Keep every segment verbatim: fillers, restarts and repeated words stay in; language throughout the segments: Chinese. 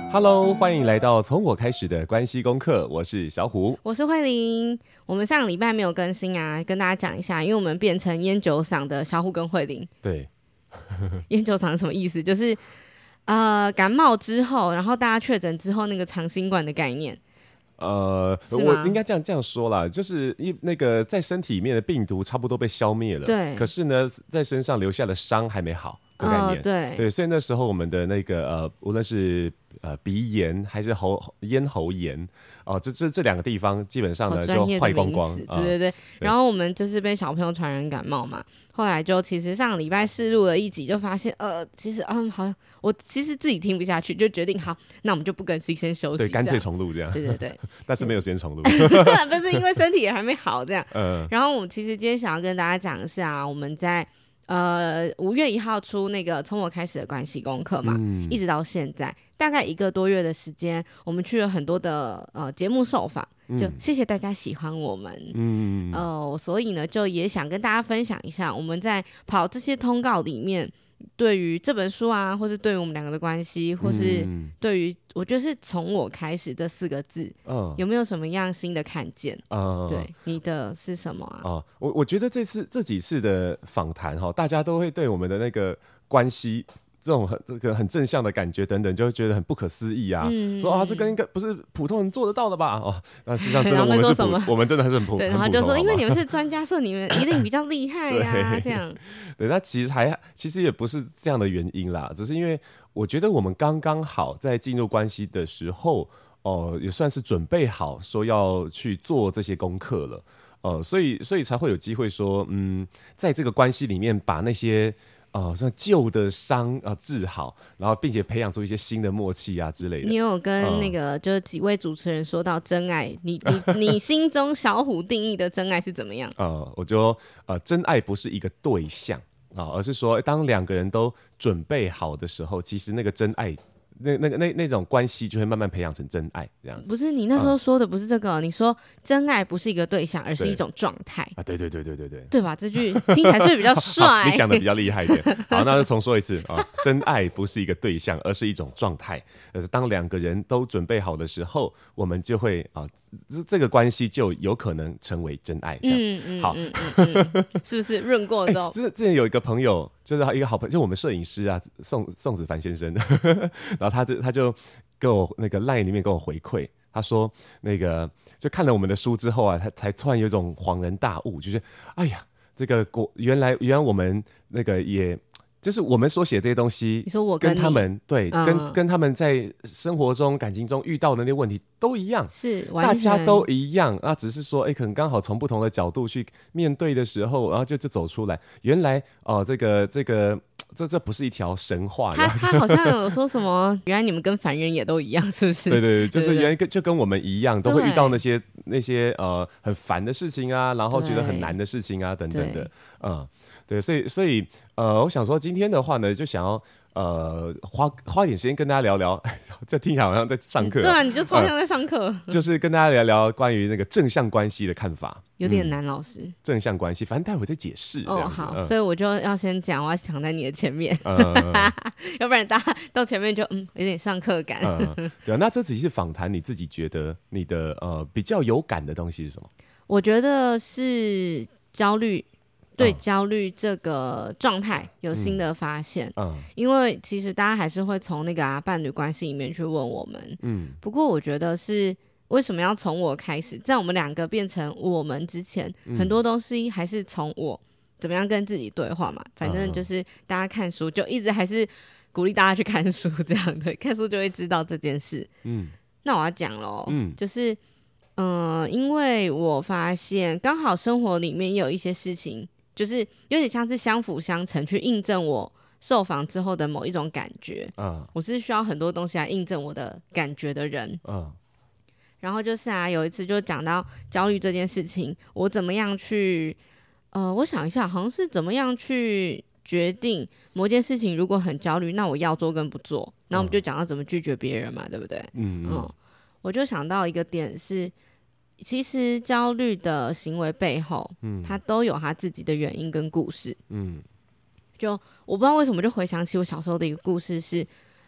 Hello， 欢迎来到从我开始的关系功课，我是小虎， 我是慧玲。我们上个礼拜没有更新啊，跟大家讲一下，因为我们变成烟酒嗓的小虎跟慧玲。 对， 烟酒嗓是什么意思？就是呃感冒之后，然后大家确诊之后那个长新冠的概念。 呃，我应该这样这样说啦，就是一那个在身体里面的病毒差不多被消灭了， 对， 可是呢，在身上留下的伤还没好。的概念、 哦、对对，所以那时候我们的那个呃，无论是呃鼻炎还是喉咽喉炎哦、呃，这这这两个地方基本上呢就坏光光， 对对对、 嗯。 然后我们就是被小朋友传染感冒嘛，后来就其实上个礼拜试录了一集，就发现呃，其实嗯，好像我其实自己听不下去，就决定好，那我们就不更新，先休息， 对，干脆重录这样。 对对对， 但是没有时间重录， 不是因为身体也还没好这样。 嗯。 然后我们其实今天想要跟大家讲的是啊，我们在。呃，五月一号出那个从我开始的关系功课嘛、嗯，一直到现在大概一个多月的时间，我们去了很多的呃节目受访，就谢谢大家喜欢我们，嗯，呃，所以呢，就也想跟大家分享一下我们在跑这些通告里面，对于这本书啊，或是对于我们两个的关系，或是对于、嗯、我觉得是从我开始这四个字、嗯，有没有什么样新的看见？嗯，对，你的是什么啊？ 哦、我我觉得这次这几次的访谈哈，大家都会对我们的那个关系这种很这个很正向的感觉等等，就会觉得很不可思议啊，嗯、说啊这个应该不是普通人做得到的吧？哦，那实际上真的我们是普，我们真的还是很普， 对，然后就说因为你们是专家，所以你们一定比较厉害呀、啊，这样。 对，那其实还其实也不是这样的原因啦，只是因为我觉得我们刚刚好在进入关系的时候，哦、呃，也算是准备好说要去做这些功课了，呃，所以所以才会有机会说，嗯，在这个关系里面把那些。哦，像旧的伤啊治好，然后并且培养出一些新的默契啊之类的。 你有跟那个、嗯、就是几位主持人说到真爱，你你你心中小虎定义的真爱是怎么样？ 呃，我觉得呃，真爱不是一个对象啊、呃，而是说当两个人都准备好的时候，其实那个真爱。那那个那那种关系就会慢慢培养成真爱这样子。 不是你那时候说的不是这个、嗯、你说真爱不是一个对象，而是一种状态啊！对对对对对对， 对吧？这句听起来是不是比较帅？ 你讲的比较厉害一点。好，那就重说一次啊！真爱不是一个对象，而是一种状态。呃，当两个人都准备好的时候，我们就会啊，这个关系就有可能成为真爱。这样，嗯嗯好， 嗯嗯嗯、是不是润过之后？ 之、欸、之前有一个朋友，就是一个好朋友，就我们摄影师啊，宋宋子凡先生。然后他就他就跟我那个 LINE 里面跟我回馈，他说那个就看了我们的书之后啊，他才突然有一种恍然大悟，就是哎呀，这个原来原来我们那个也就是我们所写的这些东西， 你说我跟跟他们对、 嗯、 跟跟他们在生活中感情中遇到的那些问题都一样， 是大家都一样啊，只是说哎，可能刚好从不同的角度去面对的时候，然后就就走出来，原来哦、呃，这个这个。这这不是一条神话， 他他好像有说什么，原来你们跟凡人也都一样，是不是？ 对对对，就是原来跟就跟我们一样，都会遇到那些那些呃很烦的事情啊，然后觉得很难的事情啊等等的，嗯，对，所以所以呃，我想说今天的话呢，就想要。呃，花花一点时间跟大家聊聊，这听起来好像在上课、啊。 对啊，你就超像在上课、呃。 就是跟大家聊聊关于那个正向关系的看法。 有点难，老师。 嗯、正向关系，反正待会再解释。 哦，好、 嗯， 所以我就要先讲，我要抢在你的前面，嗯、要不然大家到前面就嗯有点上课感。 嗯，对啊，那这只是访谈，你自己觉得你的呃比较有感的东西是什么？ 我觉得是焦虑。对焦虑这个状态有新的发现、嗯嗯，因为其实大家还是会从那个啊伴侣关系里面去问我们，嗯，不过我觉得是为什么要从我开始，在我们两个变成我们之前、嗯，很多东西还是从我怎么样跟自己对话嘛，反正就是大家看书就一直还是鼓励大家去看书这样的，看书就会知道这件事，嗯，那我要讲咯，嗯，就是嗯、呃，因为我发现刚好生活里面也有一些事情。就是有点像是相辅相成，去印证我受访之后的某一种感觉。嗯，我是需要很多东西来印证我的感觉的人。嗯，然后就是啊，有一次就讲到焦虑这件事情，我怎么样去，呃，我想一下，好像是怎么样去决定某件事情，如果很焦虑，那我要做跟不做。那我们就讲到怎么拒绝别人嘛，对不对？嗯嗯，嗯，我就想到一个点是。其实焦虑的行为背后，嗯，他都有他自己的原因跟故事，嗯，就我不知道为什么就回想起我小时候的一个故事是，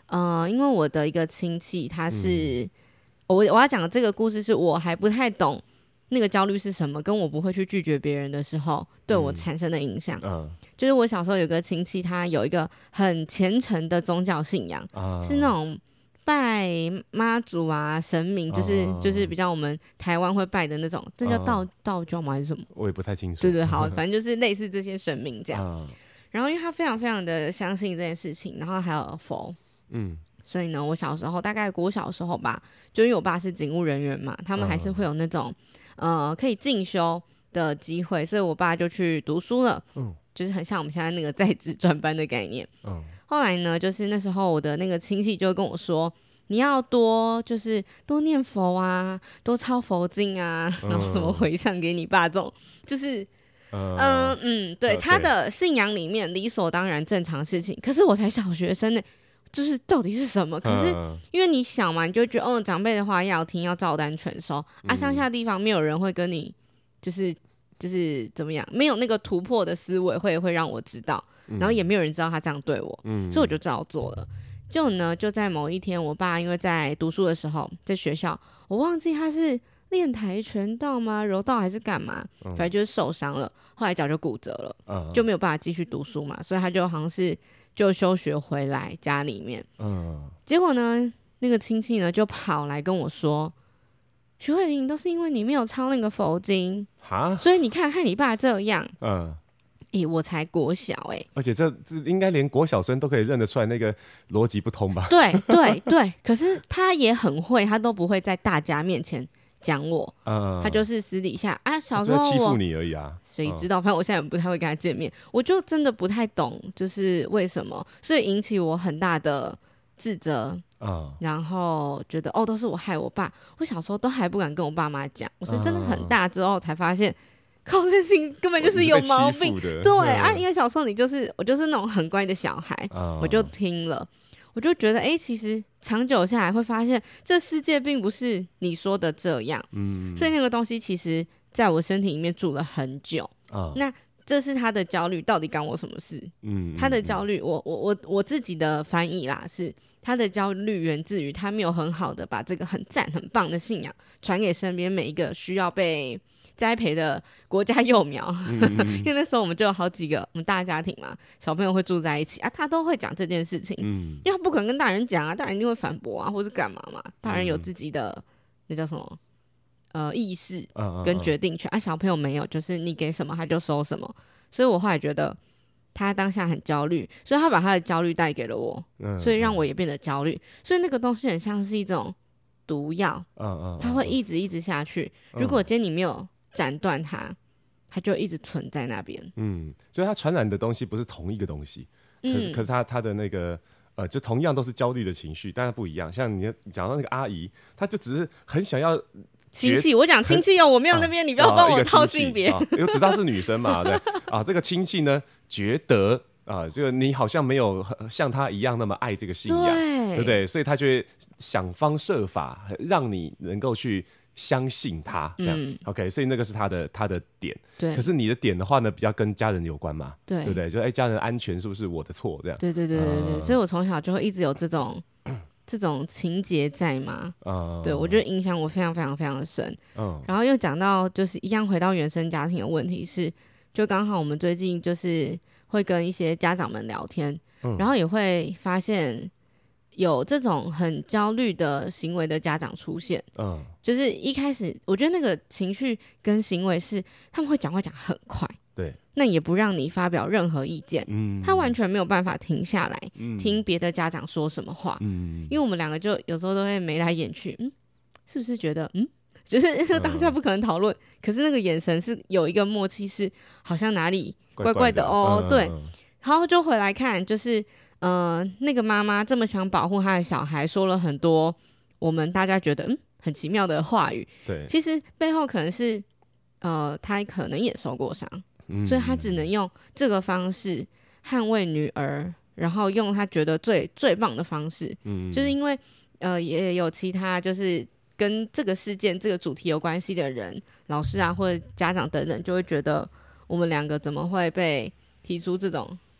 呃，因为我的一个亲戚他是、嗯、我我要讲的这个故事是我还不太懂那个焦虑是什么，跟我不会去拒绝别人的时候对我产生的影响、嗯嗯、就是我小时候有个亲戚，他有一个很虔诚的宗教信仰、嗯、是那种拜妈祖啊神明，就是、嗯、就是比较我们台湾会拜的那种，这叫道、嗯、道教吗还是什么， 我也不太清楚。 对对，好，反正就是类似这些神明这样、嗯、然后因为他非常非常的相信这件事情，然后还有佛，嗯，所以呢我小时候大概国小的时候吧，就因为我爸是警务人员嘛，他们还是会有那种、嗯、呃可以进修的机会，所以我爸就去读书了，嗯，就是很像我们现在那个在职专班的概念，嗯，后来呢就是那时候我的那个亲戚就跟我说，你要多就是多念佛啊，多抄佛经啊，然后什么回向给你爸，这种就是嗯 嗯, 嗯对、呃、他的信仰里面理所当然正常事情，可是我才小学生呢，就是到底是什么？可是因为你小嘛，你就觉得哦长辈的话要听，要照单全收、嗯、啊，乡下地方没有人会跟你就是就是怎么样，没有那个突破的思维会会让我知道，然后也没有人知道他这样对我、嗯、所以我就照做了。就呢就在某一天，我爸因为在读书的时候在学校，我忘记他是练跆拳道吗柔道还是干嘛、嗯、反正就是受伤了，后来脚就骨折了、嗯、就没有办法继续读书嘛，所以他就好像是就休学回来家里面、嗯、结果呢那个亲戚呢就跑来跟我说，徐慧玲都是因为你没有抄那个佛经，所以你看害你爸这样。嗯，欸、我才国小哎、欸， 而且这这应该连国小生都可以认得出来，那个逻辑不通吧？ 对对对，可是他也很会，他都不会在大家面前讲我、嗯，他就是私底下啊，小时候我欺负你而已啊， 谁知道？反正我现在不太会跟他见面，我就真的不太懂，就是为什么，所以引起我很大的自责。嗯、然后觉得哦，都是我害我爸，我小时候都还不敢跟我爸妈讲，我是真的很大之后才发现。靠，这件事情根本就是有毛病，对、嗯、啊，因为小时候你就是我就是那种很乖的小孩、嗯、我就听了，我就觉得哎、欸，其实长久下来会发现这世界并不是你说的这样、嗯、所以那个东西其实在我身体里面住了很久、嗯、那这是他的焦虑，到底干我什么事？嗯，他的焦虑，我我我我自己的翻译啦，是他的焦虑源自于他没有很好的把这个很赞很棒的信仰传给身边每一个需要被栽培的国家幼苗、嗯、因为那时候我们就有好几个我们大家庭嘛，小朋友会住在一起啊，他都会讲这件事情、嗯、因为他不可能跟大人讲啊，大人一定会反驳啊或是干嘛嘛，大人有自己的、嗯、那叫什么呃意识跟决定权、嗯嗯嗯、啊，小朋友没有，就是你给什么他就收什么，所以我后来觉得他当下很焦虑，所以他把他的焦虑带给了我、嗯、所以让我也变得焦虑，所以那个东西很像是一种毒药、嗯嗯、它会一直一直下去、嗯、如果今天你没有斩断它，它就一直存在那边。嗯， 所以它传染的东西不是同一个东西，可是、嗯、可是它它的那个呃，就同样都是焦虑的情绪，但是不一样。像你讲到那个阿姨，她就只是很想要亲戚，我讲亲戚哦，我没有那边、啊，你不要帮我套性别， 因为知道是女生嘛，对啊，这个亲戚呢觉得啊，这个你好像没有像他一样那么爱这个信仰，对，对不对？所以他就会想方设法让你能够去相信他，这样、嗯、OK， 所以那个是他的他的点。对，可是你的点的话呢，比较跟家人有关嘛，对，对不对？就哎、欸，家人安全是不是我的错？这样， 对对对对对、嗯，所以我从小就会一直有这种这种情节在嘛，嗯，对我觉得影响我非常非常非常的深。嗯，然后又讲到就是一样回到原生家庭的问题是，就刚好我们最近就是会跟一些家长们聊天，嗯、然后也会发现。有这种很焦虑的行为的家长出现，嗯，就是一开始我觉得那个情绪跟行为是他们会讲话讲很快，对，那也不让你发表任何意见，嗯，他完全没有办法停下来、嗯、听别的家长说什么话，嗯，因为我们两个就有时候都会眉来眼去，嗯，是不是觉得嗯，就是当下不可能讨论、嗯，可是那个眼神是有一个默契，是好像哪里怪怪的哦，怪怪的对、嗯，然后就回来看就是。呃，那个妈妈这么想保护她的小孩，说了很多我们大家觉得嗯很奇妙的话语。对，其实背后可能是呃，她可能也受过伤、嗯，所以她只能用这个方式捍卫女儿，然后用她觉得最最棒的方式。嗯，就是因为呃也有其他就是跟这个事件这个主题有关系的人，老师啊或者家长等等，就会觉得我们两个怎么会被提出这种。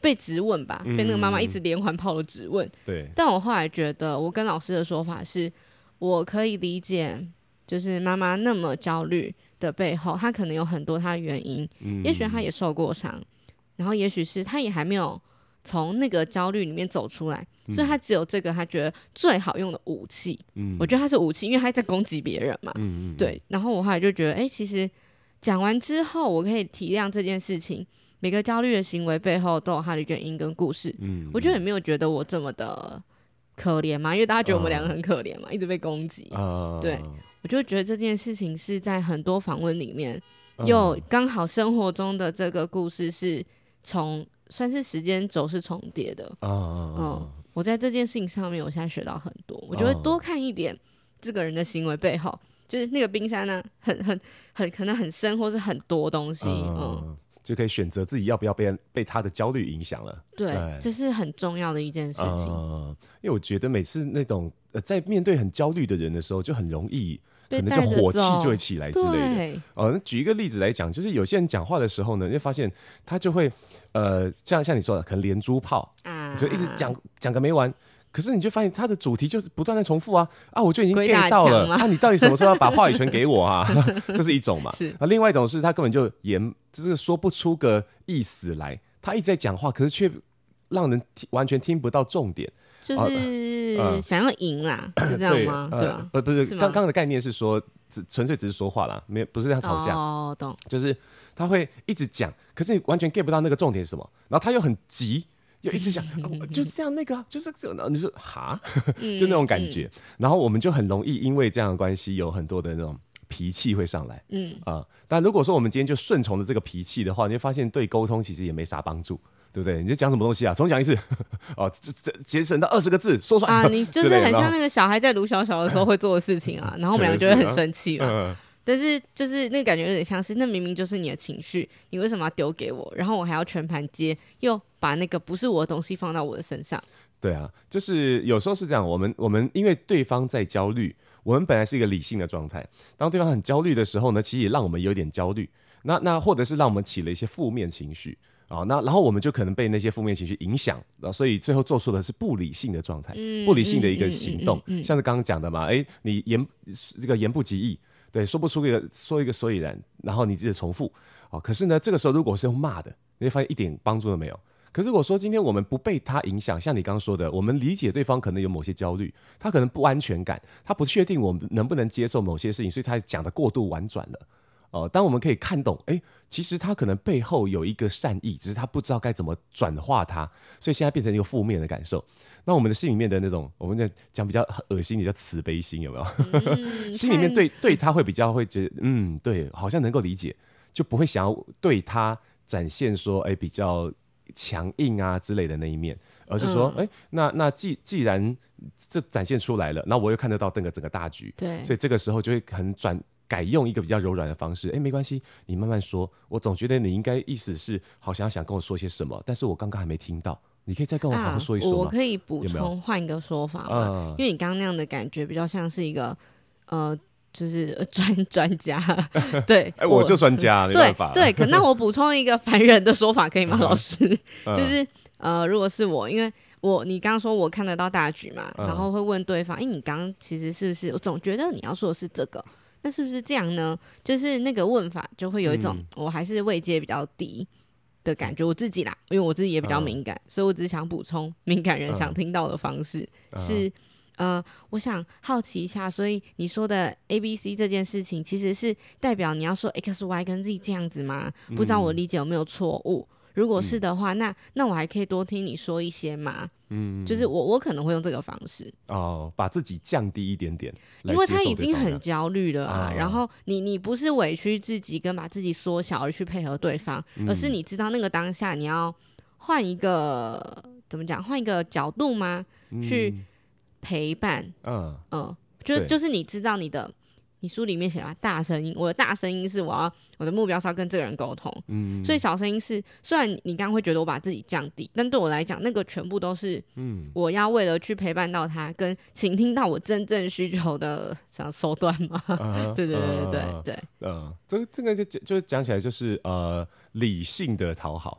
被质问吧，被那个妈妈一直连环炮的质问。 对。 但我后来觉得，我跟老师的说法是，我可以理解，就是妈妈那么焦虑的背后，她可能有很多她的原因，嗯、也许她也受过伤，然后也许是她也还没有从那个焦虑里面走出来，嗯、所以她只有这个她觉得最好用的武器。嗯、我觉得她是武器，因为她在攻击别人嘛。嗯嗯对。然后我后来就觉得，哎、欸，其实讲完之后，我可以体谅这件事情。每个焦虑的行为背后都有它的原因跟故事，嗯，我觉得也没有觉得我这么的可怜嘛，因为大家觉得我们两个很可怜嘛，uh, 一直被攻击，uh, 对，我就觉得这件事情是在很多访问里面，又刚好生活中的这个故事是从算是时间轴是重叠的，嗯、uh, 嗯，我在这件事情上面，我现在学到很多，我就会多看一点这个人的行为背后，就是那个冰山呢、啊，很很很可能很深，或是很多东西， uh, 嗯。 就可以选择自己要不要被被他的焦虑影响了。 对，这是很重要的一件事情。 呃、因为我觉得每次那种、呃、在面对很焦虑的人的时候，就很容易可能就火气就会起来之类的。呃、举一个例子来讲，就是有些人讲话的时候呢，你会发现他就会呃，像像你说的，可能连珠炮，啊、就一直讲讲个没完。可是你就发现它的主题就是不断的重复啊啊！我就已经 get 到了啊！你到底什么时候要把话语权给我啊？这是一种嘛。是啊，另外一种是他根本就言就是说不出个意思来，他一直在讲话，可是却让人完全听不到重点。 就是想要赢啦，呃、是这样吗？对吧？ 呃，不是，刚刚的概念是说，只纯粹只是说话啦，没不是这样吵架。 哦，懂。 就是他会一直讲，可是你完全 get 不到那个重点是什么，然后他又很急。又一直想、哦、就这样那个、啊、就是这样，你说哈，就那种感觉、嗯嗯，然后我们就很容易因为这样的关系有很多的那种脾气会上来，嗯啊、呃，但如果说我们今天就顺从了这个脾气的话，你会发现对沟通其实也没啥帮助，对不对？你就讲什么东西啊？重讲一次，哦，节省到二十个字，说出来啊，你就是很像那个小孩在卢小小的时候会做的事情啊，然后我们两个就会很生气了。但是就是那个感觉有点像是，那明明就是你的情绪，你为什么要丢给我？然后我还要全盘接，又把那个不是我的东西放到我的身上。 对啊，就是有时候是这样，我们我们因为对方在焦虑，我们本来是一个理性的状态，当对方很焦虑的时候呢，其实也让我们有点焦虑，那那或者是让我们起了一些负面情绪啊、哦，那然后我们就可能被那些负面情绪影响，所以最后做出的是不理性的状态、嗯，不理性的一个行动，嗯嗯嗯嗯、像是刚刚讲的嘛，哎，你言这个言不及义。对，说不出一个说一个所以然，然后你自己重复、哦、可是呢，这个时候如果是用骂的，你会发现一点帮助都没有。可是如果说今天我们不被他影响，像你刚刚说的，我们理解对方可能有某些焦虑，他可能不安全感，他不确定我们能不能接受某些事情，所以他讲的过度婉转了。哦，当我们可以看懂，哎，其实他可能背后有一个善意，只是他不知道该怎么转化它，所以现在变成一个负面的感受。那我们的心里面的那种，我们讲比较恶心，叫慈悲心，有没有？嗯、心里面对对他会比较会觉得，嗯，对，好像能够理解，就不会想要对他展现说，哎，比较强硬啊之类的那一面，而是说，哎、嗯，那那既既然这展现出来了，那我又看得到整个整个大局， 对， 所以这个时候就会很转。改用一个比较柔软的方式，哎，没关系，你慢慢说。我总觉得你应该意思是好像想跟我说些什么，但是我刚刚还没听到，你可以再跟我好好说一说吗？ 啊、我可以补充换一个说法吗？嗯、因为你刚刚那样的感觉比较像是一个呃，就是专专家，对， 哎，我就专家，没办法。 对对，可那我补充一个凡人的说法可以吗，老师？就是呃，如果是我，因为我你刚刚说我看得到大局嘛，然后会问对方，哎，你刚刚其实是不是？我总觉得你要说的是这个。那是不是这样呢？就是那个问法就会有一种、嗯、我还是位阶比较低的感觉，我自己啦，因为我自己也比较敏感、嗯、所以我只是想补充敏感人想听到的方式、嗯、是呃，我想好奇一下，所以你说的 A B C 这件事情其实是代表你要说 X Y 跟 Z 这样子吗？不知道我理解有没有错误、嗯、如果是的话、嗯、那那我还可以多听你说一些吗？嗯，就是我我可能会用这个方式哦，把自己降低一点点， 因为他已经很焦虑了啊。然后你你不是委屈自己跟把自己缩小而去配合对方、嗯，而是你知道那个当下你要换一个怎么讲，换一个角度吗？嗯、去陪伴，嗯嗯，就就是你知道你的。你书里面写了大声音，我的大声音是我要我的目标是要跟这个人沟通，嗯，所以小声音是虽然你刚刚会觉得我把自己降低，但对我来讲那个全部都是嗯我要为了去陪伴到他跟倾听到我真正需求的想手段嘛、uh-huh, 对对对对对对， 嗯、uh, ，这个这个就就是讲起来就是呃理性的讨好，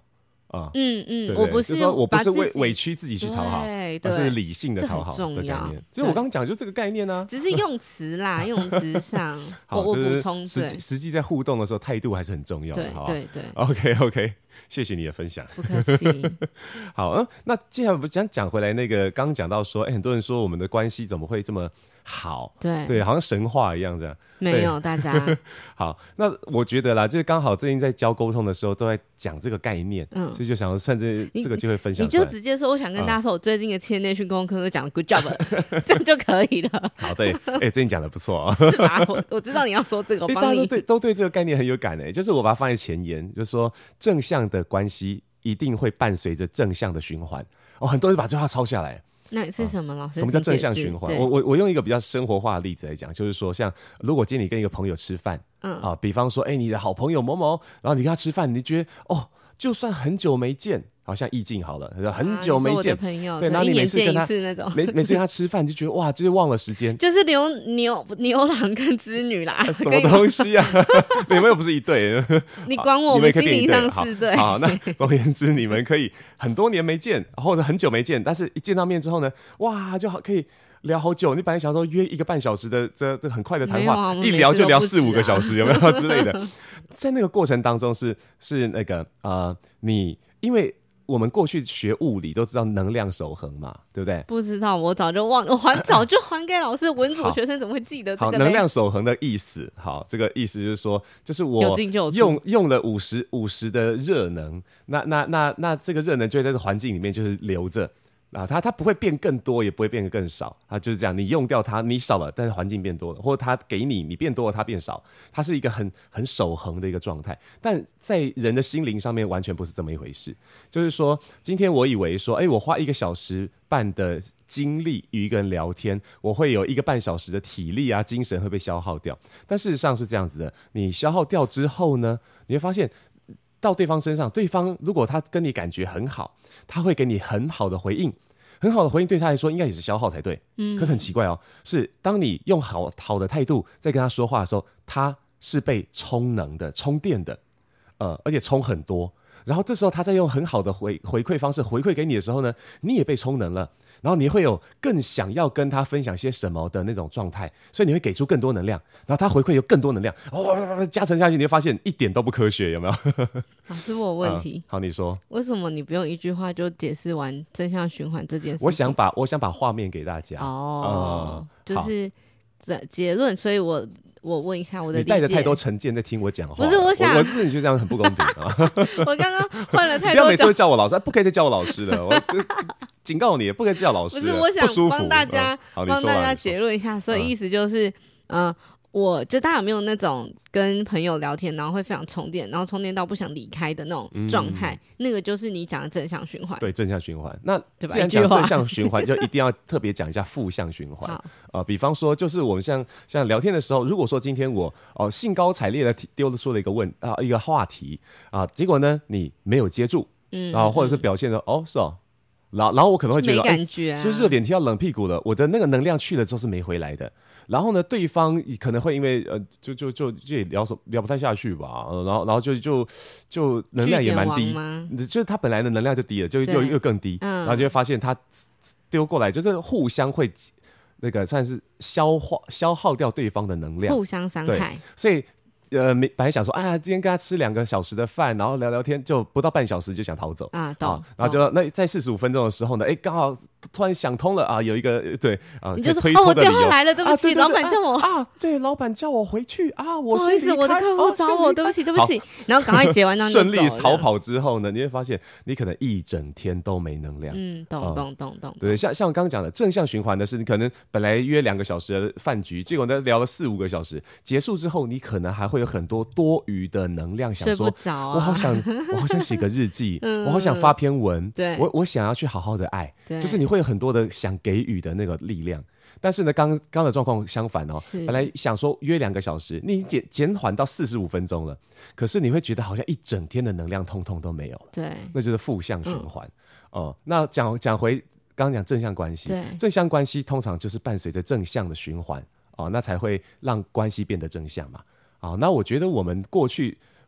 啊， 嗯嗯， 对对， 我不是就是说我不是委委屈自己去讨好，而是理性的讨好的概念。其实我刚刚讲就这个概念呢、啊， 只是用词啦，用词上好， 我就是补充， 实际实际在互动的时候，态度还是很重要的， 对好对对 ，OK OK， 谢谢你的分享， 不客气。 好，嗯，那接下来不讲讲回来，那个刚刚讲到说，哎、欸，很多人说我们的关系怎么会这么好？ 对对，好像神话一样这样。 没有，大家好，那我觉得啦，就是刚好最近在教沟通的时候，都在讲这个概念，嗯，所以就想要趁这这个机会分享。 你就直接说，我想跟大家说，我最近的企业内训沟通课都讲的 good job， 这样就可以了。 好，对，哎、欸，最近讲的不错啊， 是吧？我我知道你要说这个，我帮你。 大家都对都对这个概念很有感诶，就是我把它放在前言，就是说正向的关系一定会伴随着正向的循环。哦，很多人把这句话抄下来。 那是什么、啊、老师？ 什么叫正向循环？我我我用一个比较生活化的例子来讲，就是说，像如果今天你跟一个朋友吃饭，嗯啊，比方说，哎、欸，你的好朋友某某，然后你跟他吃饭，你觉得哦，就算很久没见，好像意境好了，很久没见，啊、 朋友对，然后你每次跟他那种每每次跟他吃饭，就觉得哇，就是忘了时间， 就是牛牛牛郎跟织女啦， 什么东西啊？你们又不是一对， 你管我，我们心灵上是对。 好，那总而言之，你们可以很多年没见，或者很久没见，但是一见到面之后呢，哇，就好可以聊好久。你本来想说约一个半小时的这很快的谈话， 啊、 一聊就聊四五个小时，有没有之类的？在那个过程当中是是那个呃，你因为。我们过去学物理都知道能量守恒嘛，对不对？ 不知道，我早就忘了，我还早就还给老师。文组学生怎么会记得这个？ 好，能量守恒的意思，好，这个意思就是说，就是我用用了五十五十的热能，那那那那这个热能就在这个环境里面就是留着。啊，它它不会变更多，也不会变得更少，它就是这样。你用掉它，你少了，但是环境变多了，或者它给你，你变多了，它变少，它是一个很很守恒的一个状态。但在人的心灵上面，完全不是这么一回事。就是说，今天我以为说，哎，我花一个小时半的精力与一个人聊天，我会有一个半小时的体力啊、精神会被消耗掉。但事实上是这样子的，你消耗掉之后呢，你会发现。到对方身上，对方如果他跟你感觉很好，他会给你很好的回应，很好的回应对他来说应该也是消耗才对。嗯，可是很奇怪哦，是当你用好好的态度在跟他说话的时候，他是被充能的、充电的，呃，而且充很多。然后这时候他再用很好的回回馈方式回馈给你的时候呢，你也被充能了。然后你会有更想要跟他分享些什么的那种状态，所以你会给出更多能量，然后他回馈有更多能量，哦，加成下去，你会发现一点都不科学，有没有？ 老师，我有问题、 嗯。好，你说。 为什么你不用一句话就解释完正向循环这件事情？ 我想把我想把画面给大家。 哦，嗯、就是结论，所以我。我问一下我的理解， 你带着太多成见在听我讲话， 不是我想， 我自己觉得这样很不公平啊！ 我刚刚换了太多， 不要每次都叫我老师，不可以再叫我老师了，我警告你，不可以叫老师， 不是我想帮大家帮、 嗯、大家结论一下，所以意思就是，嗯。呃我就大家有没有那种跟朋友聊天，然后会非常充电，然后充电到不想离开的那种状态、嗯，那个就是你讲的正向循环。 对，正向循环。那既然讲正向循环，就一定要特别讲一下负向循环。呃，比方说，就是我们像像聊天的时候，如果说今天我哦、呃、兴高采烈的丢出了一个问啊、呃、一个话题啊、呃，结果呢你没有接住，嗯，然后或者是表现的、嗯、哦是哦。然后，然后我可能会觉得， 没感觉、啊， 是热点提到冷屁股了，我的那个能量去了之后是没回来的。然后呢，对方可能会因为呃，就就就就也聊聊不太下去吧，呃、然后然后就就就能量也蛮低，就是他本来的能量就低了，就又又更低、嗯，然后就会发现他丢过来，就是互相会那个算是消化消耗掉对方的能量， 互相伤害， 所以。呃，本来想说，哎呀，今天跟他吃两个小时的饭，然后聊聊天，就不到半小时就想逃走啊，懂。 啊、然后就那在四十五分钟的时候呢，哎，刚好突然想通了啊，有一个对啊， 你就说推脱的理由、 哦，我电话来了，对不起， 啊、对对对老板叫我啊，对，老板叫我回去啊，我不好意思，我的客户找我，对不起，对不起，然后赶快结完账就顺利逃跑之后呢，你会发现你可能一整天都没能量。 嗯，懂懂懂懂。 对，像像我刚刚讲的正向循环的是，你可能本来约两个小时的饭局，结果呢聊了四五个小时，结束之后，你可能还会有很多多。多余的能量，想说睡不着、啊、 我好想我好想写个日记、嗯、我好想发篇文， 对， 我我想要去好好的爱，就是你会有很多的想给予的那个力量。但是呢，刚刚的状况相反哦，本来想说约两个小时，你已经减减缓到四十五分钟了，可是你会觉得好像一整天的能量通通都没有了， 对， 那就是负向循环、嗯、哦。那讲讲回刚刚讲正向关系，正向关系通常就是伴随着正向的循环哦，那才会让关系变得正向嘛。啊，那我觉得我们过去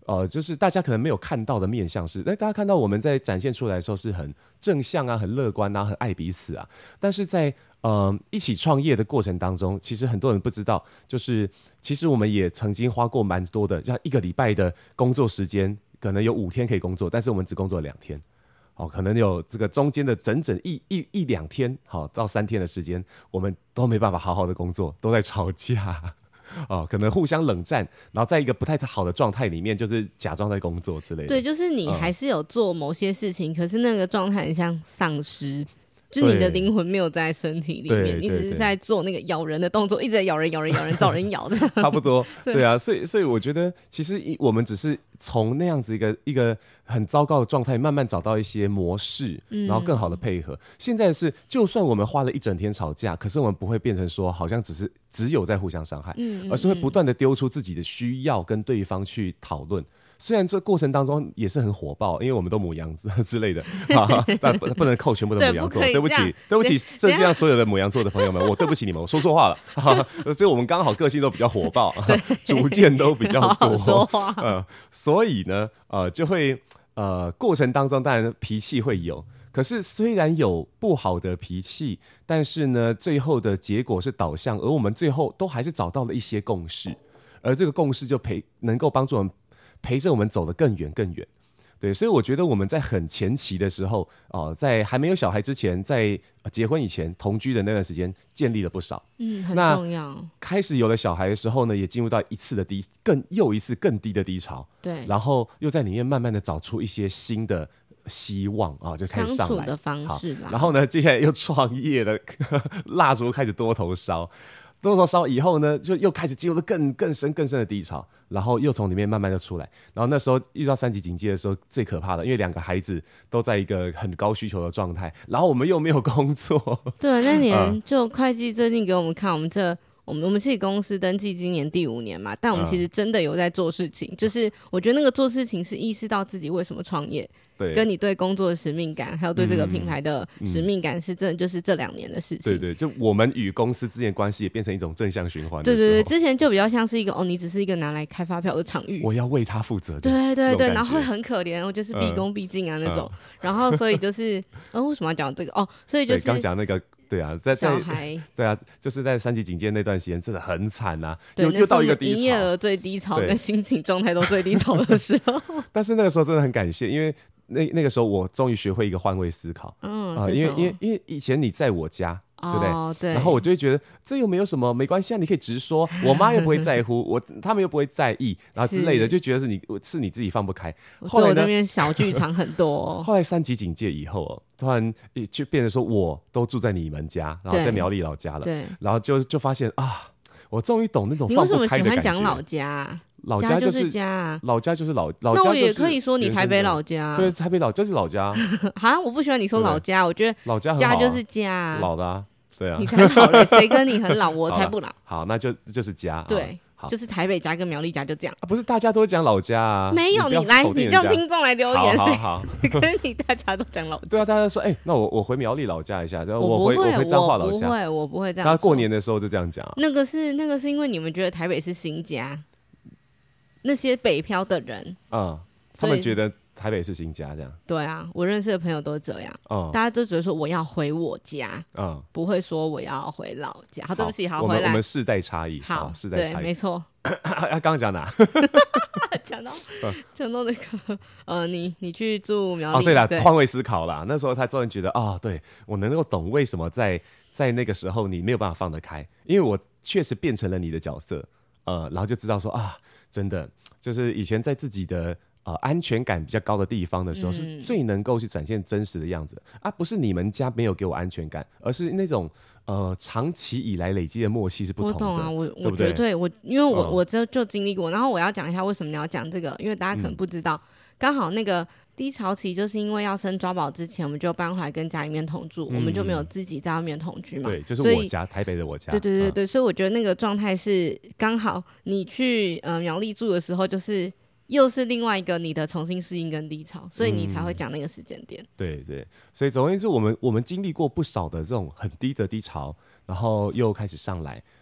呃，就是大家可能没有看到的面向是，哎，大家看到我们在展现出来的时候是很正向啊，很乐观啊，很爱彼此啊。但是在呃一起创业的过程当中，其实很多人不知道，就是其实我们也曾经花过蛮多的，像一个礼拜的工作时间，可能有五天可以工作，但是我们只工作两天。哦，可能有这个中间的整整一一一两天，好到三天的时间，我们都没办法好好的工作，都在吵架。哦，可能互相冷战，然后在一个不太好的状态里面，就是假装在工作之类的。 对，就是你还是有做某些事情，嗯、可是那个状态很像丧尸，就你的灵魂没有在身体里面，你只是在做那个咬人的动作，一直在咬人、咬人、咬人，找人咬的。 差不多，对啊，所以所以我觉得，其实我们只是从那样子一个一个很糟糕的状态，慢慢找到一些模式，然后更好的配合。嗯、现在是，就算我们花了一整天吵架，可是我们不会变成说，好像只是只有在互相伤害，嗯嗯嗯，而是会不断的丢出自己的需要，跟对方去讨论。虽然这过程当中也是很火爆，因为我们都母羊之类的，但不不能扣全部的母羊座，对不起，对不起，这世上所有的母羊座的朋友们，我对不起你们，我说错话了。所以我们刚好个性都比较火爆，主见都比较多， 好好说话呃，所以呢，呃，就会呃过程当中当然脾气会有。可是虽然有不好的脾气，但是呢，最后的结果是导向，而我们最后都还是找到了一些共识，而这个共识就陪能够帮助我们。陪着我们走得更远更远，对，所以我觉得我们在很前期的时候，呃、在还没有小孩之前，在结婚以前同居的那段时间，建立了不少， 嗯，很重要。 开始有了小孩的时候呢，也进入到一次的低，更又一次更低的低潮， 对， 然后又在里面慢慢的找出一些新的希望啊，就开始上来相处的方式啦。 然后呢，接下来又创业了，蜡烛开始多头烧。多头烧以后呢，就又开始进入了更更深更深的低潮，然后又从里面慢慢的出来。然后那时候遇到三级警戒的时候，最可怕的，因为两个孩子都在一个很高需求的状态，然后我们又没有工作。 对，那年就会计最近给我们看，我们这我们我们自己公司登记今年第五年嘛，但我们其实真的有在做事情，嗯、就是我觉得那个做事情是意识到自己为什么创业。对，跟你对工作的使命感，还有对这个品牌的使命感，是真的就是这两年的事情。 对对，就我们与公司之间的关系也变成一种正向循环。 对对对，之前就比较像是一个哦，你只是一个拿来开发票的场域， 我要为他负责。 对对对，然后会很可怜，我就是毕恭毕敬啊、嗯、那种。嗯、然后所以就是，呃，为什么要讲这个？哦，所以就是刚讲那个。对啊，在小孩对啊，就是在三级警戒那段时间，真的很惨啊， 对， 又又到一个低潮， 营业额最低潮跟心情状态都最低潮的时候。 但是那个时候真的很感谢，因为那那个时候我终于学会一个换位思考， 嗯， 呃、因为因为因为以前你在我家。对不对？ 哦、对， 然后我就会觉得这又没有什么，没关系啊，你可以直说，我妈又不会在乎，我他们又不会在意，然后之类的，就觉得是你是你自己放不开。后来呢， 我那边小剧场很多、哦。 后来三级警戒以后、哦，突然就变成说，我都住在你们家，然后在苗栗老家了， 对， 然后就就发现啊，我终于懂那种放不开的感觉。 你为什么喜欢讲老家、啊？ 老家就是家、啊， 老家就是老老家、就是。 那我也可以说你台北老家、啊， 对，台北老家是老家。 哈，我不喜欢你说老家，我觉得老家很好、啊、家就是家、啊， 老的啊。对啊， 你才老了，谁跟你很老？我才不老。 好，那就就是家。 对，就是台北家跟苗栗家就这样。 啊、不是大家都讲老家啊？ 没有，你, 你来，你叫听众来留言， 好好好， 跟你大家都讲老家。 对啊，大家说，哎、欸，那我我回苗栗老家一下，然后我回我回彰化老家， 我不会，我不会这样。 大家过年的时候就这样讲、啊。 那个是那个是因为你们觉得台北是新家，那些北漂的人， 嗯，他们觉得。台北是新家，这样对啊，我认识的朋友都这样，嗯、大家都觉得说我要回我家，嗯、不会说我要回老家。好，对不起，好， 我回来。 我们世代差异， 好， 世代差异， 没错。 刚刚讲哪？ 讲到讲到那个呃，你你去住苗栗， 哦，对了，换位思考啦，那时候才突然觉得啊、哦，对我能够懂为什么在在那个时候你没有办法放得开，因为我确实变成了你的角色，呃，然后就知道说啊，真的就是以前在自己的。呃，安全感比较高的地方的时候，嗯、是最能够去展现真实的样子啊！不是你们家没有给我安全感，而是那种呃长期以来累积的默契是不同的。 我懂啊，我对不对？ 我绝对我，因为我、嗯、我就就经历过，然后我要讲一下为什么你要讲这个，因为大家可能不知道，刚、嗯、好那个低潮期就是因为要生抓宝之前，我们就搬回来跟家里面同住，嗯、我们就没有自己在外面同居嘛。 对，就是我家，台北的我家。 对对对对，嗯、所以我觉得那个状态是刚好你去呃苗栗住的时候，就是。又是另外一个你的重新适应跟低潮，所以你才会讲那个时间点、嗯。 对对，所以总而言之，我们我们经历过不少的这种很低的低潮，然后又开始上来，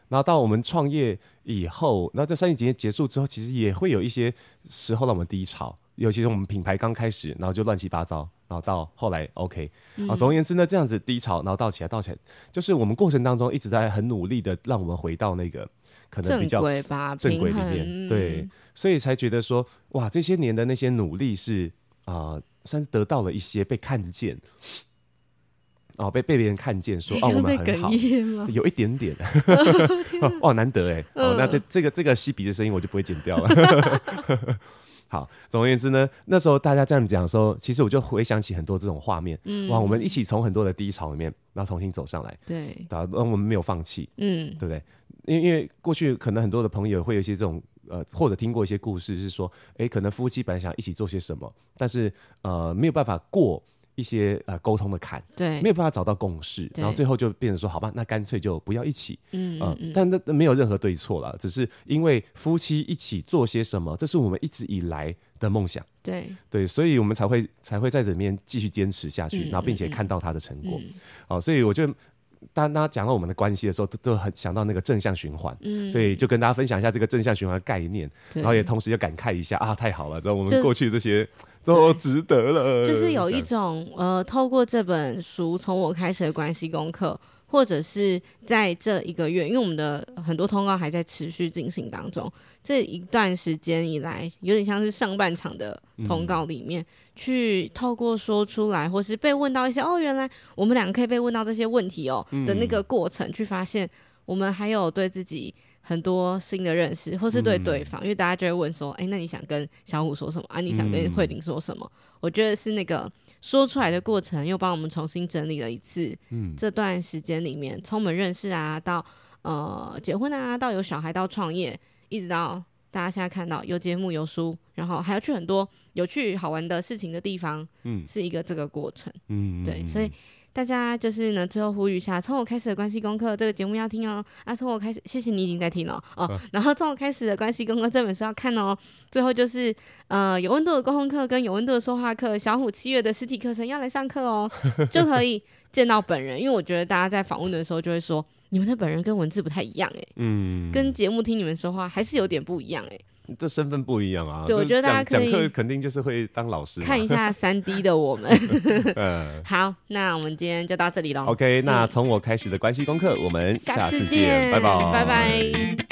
然后到我们创业以后，然后这三级警戒结束之后，其实也会有一些时候让我们低潮，尤其是我们品牌刚开始，然后就乱七八糟，然后到后来 OK，啊，总而言之呢，这样子低潮，然后倒起来，倒起来，就是我们过程当中一直在很努力的让我们回到那个可能比较正轨吧， 正轨里面，对，所以才觉得说，哇，这些年的那些努力是啊、呃，算是得到了一些被看见。哦，被被别人看见说，哦，我们很好，有一点点，哦，难得哎，哦，那这这个这个吸鼻的声音我就不会剪掉了。好，总而言之呢，那时候大家这样讲的时候，其实我就回想起很多这种画面，嗯、哇，我们一起从很多的低潮里面，然后重新走上来， 对， 然后我们没有放弃，嗯，对不对？因为因为过去可能很多的朋友会有一些这种呃，或者听过一些故事，是说，哎，可能夫妻本来想一起做些什么，但是呃没有办法过一些呃沟通的坎， 对， 没有办法找到共识，然后最后就变成说，好吧，那干脆就不要一起，嗯嗯、呃，但那没有任何对错啦，只是因为夫妻一起做些什么，这是我们一直以来的梦想， 对对，所以我们才会才会在这里面继续坚持下去，嗯、然后并且看到它的成果，嗯、好，所以我就。当大家讲到我们的关系的时候，都都很想到那个正向循环，嗯，所以就跟大家分享一下这个正向循环的概念，然后也同时也感慨一下啊，太好了，知道我们过去这些都值得了， 就是有一种呃，透过这本书从我开始的关系功课，或者是在这一个月，因为我们的很多通告还在持续进行当中，这一段时间以来，有点像是上半场的通告里面。嗯，去透过说出来，或是被问到一些哦，原来我们两个可以被问到这些问题哦的那个过程，去发现我们还有对自己很多新的认识，或是对对方，嗯、因为大家就会问说，哎，那你想跟小虎说什么啊？你想跟慧玲说什么？嗯、我觉得是那个说出来的过程，又帮我们重新整理了一次。嗯，这段时间里面，从我们认识啊，到呃结婚啊，到有小孩，到创业，一直到大家现在看到有节目有书，然后还要去很多有趣好玩的事情的地方，嗯，是一个这个过程，嗯，对，所以大家就是呢，最后呼吁一下，从我开始的关系功课这个节目要听哦，啊，从我开始，谢谢你已经在听了哦，啊、然后从我开始的关系功课这本书要看哦，最后就是呃有温度的沟通课跟有温度的说话课，小虎七月的实体课程要来上课哦，就可以见到本人，因为我觉得大家在访问的时候就会说。你们的本人跟文字不太一样哎、欸，嗯，跟节目听你们说话还是有点不一样哎、欸， 这身份不一样啊。 对，我觉得大家可以讲课肯定就是会当老师， 看一下三 D 的我们。嗯，好，那我们今天就到这里喽。 OK， 那从我开始的关系功课，我们下次见，拜拜， 拜拜。